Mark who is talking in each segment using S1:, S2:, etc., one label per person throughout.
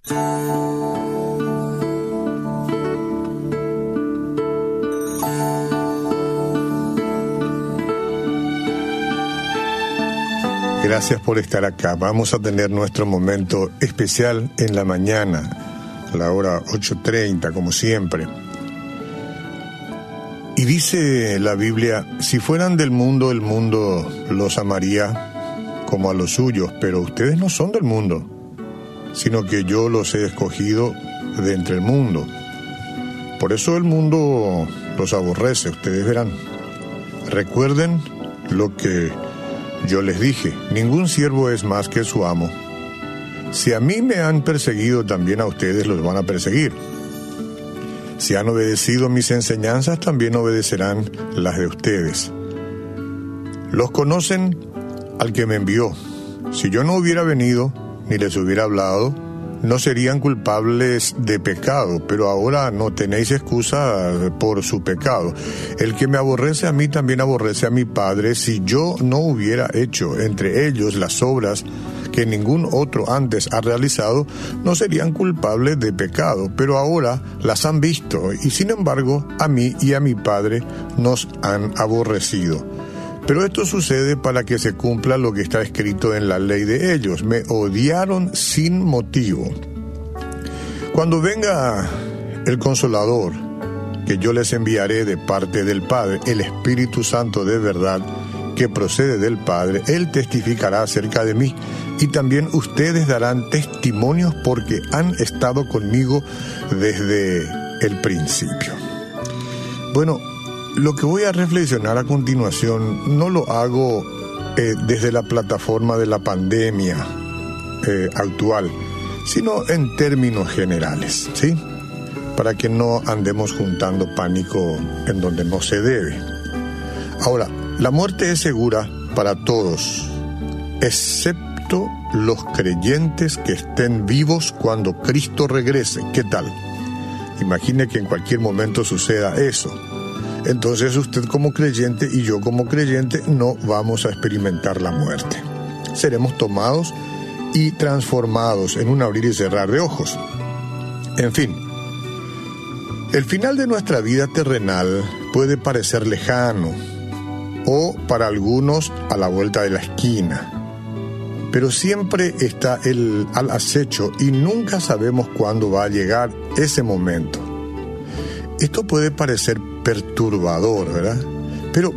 S1: Gracias por estar acá. Vamos a tener nuestro momento especial en la mañana, a la hora 8:30, como siempre. Y dice la Biblia, si fueran del mundo, el mundo los amaría como a los suyos, pero ustedes no son del mundo, sino que yo los he escogido de entre el mundo. Por eso el mundo los aborrece, ustedes verán. Recuerden lo que yo les dije, ningún siervo es más que su amo. Si a mí me han perseguido, también a ustedes los van a perseguir. Si han obedecido mis enseñanzas, también obedecerán las de ustedes. Los conocen al que me envió. Si yo no hubiera venido, ni les hubiera hablado, no serían culpables de pecado, pero ahora no tenéis excusa por su pecado. El que me aborrece a mí también aborrece a mi Padre. Si yo no hubiera hecho entre ellos las obras que ningún otro antes ha realizado, no serían culpables de pecado, pero ahora las han visto y sin embargo a mí y a mi Padre nos han aborrecido. Pero esto sucede para que se cumpla lo que está escrito en la ley de ellos. Me odiaron sin motivo. Cuando venga el Consolador, que yo les enviaré de parte del Padre, el Espíritu Santo de verdad, que procede del Padre, Él testificará acerca de mí, y también ustedes darán testimonios porque han estado conmigo desde el principio. Bueno, lo que voy a reflexionar a continuación no lo hago desde la plataforma de la pandemia actual, sino en términos generales, ¿sí? Para que no andemos juntando pánico en donde no se debe. Ahora, la muerte es segura para todos, excepto los creyentes que estén vivos cuando Cristo regrese. ¿Qué tal? Imagine que en cualquier momento suceda eso. Entonces usted como creyente y yo como creyente no vamos a experimentar la muerte. Seremos tomados y transformados en un abrir y cerrar de ojos. En fin, el final de nuestra vida terrenal puede parecer lejano o para algunos a la vuelta de la esquina, pero siempre está al acecho y nunca sabemos cuándo va a llegar ese momento. Esto puede parecer perturbador, ¿verdad? Pero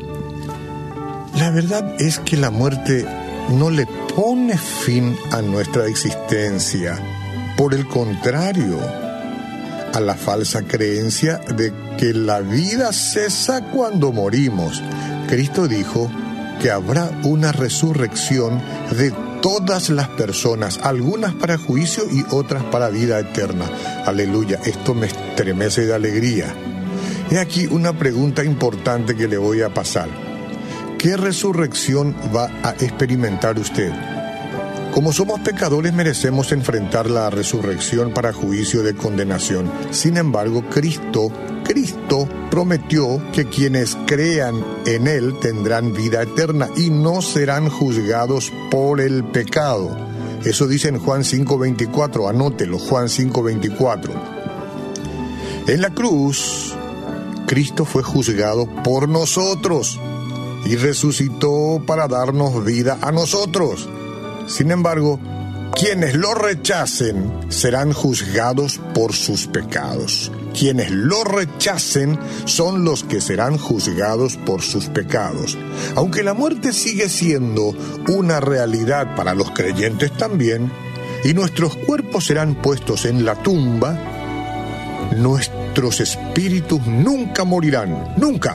S1: la verdad es que la muerte no le pone fin a nuestra existencia. Por el contrario, a la falsa creencia de que la vida cesa cuando morimos. Cristo dijo que habrá una resurrección de todas las personas, algunas para juicio y otras para vida eterna. Aleluya, esto me estremece de alegría. He aquí una pregunta importante que le voy a pasar. ¿Qué resurrección va a experimentar usted? Como somos pecadores, merecemos enfrentar la resurrección para juicio de condenación. Sin embargo, Cristo prometió que quienes crean en Él tendrán vida eterna y no serán juzgados por el pecado. Eso dice en Juan 5:24, anótelo, Juan 5:24. En la cruz, Cristo fue juzgado por nosotros y resucitó para darnos vida a nosotros. Sin embargo, quienes lo rechacen serán juzgados por sus pecados. Quienes lo rechacen son los que serán juzgados por sus pecados. Aunque la muerte sigue siendo una realidad para los creyentes también, y nuestros cuerpos serán puestos en la tumba, nuestros espíritus nunca morirán, nunca.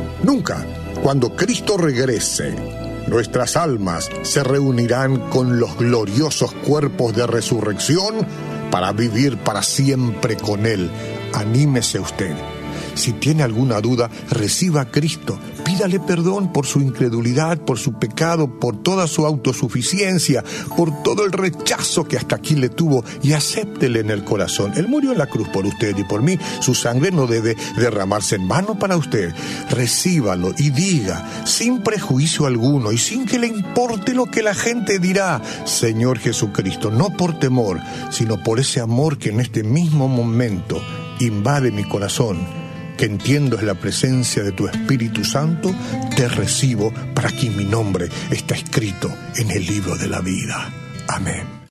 S1: Cuando Cristo regrese, nuestras almas se reunirán con los gloriosos cuerpos de resurrección para vivir para siempre con Él. Anímese usted. Si tiene alguna duda, reciba a Cristo, pídale perdón por su incredulidad, por su pecado, por toda su autosuficiencia, por todo el rechazo que hasta aquí le tuvo, y acéptele en el corazón. Él murió en la cruz por usted y por mí. Su sangre no debe derramarse en vano para usted. Recíbalo y diga, sin prejuicio alguno y sin que le importe lo que la gente dirá: Señor Jesucristo, no por temor, sino por ese amor que en este mismo momento invade mi corazón, que entiendo es la presencia de tu Espíritu Santo, te recibo para que mi nombre está escrito en el libro de la vida. Amén.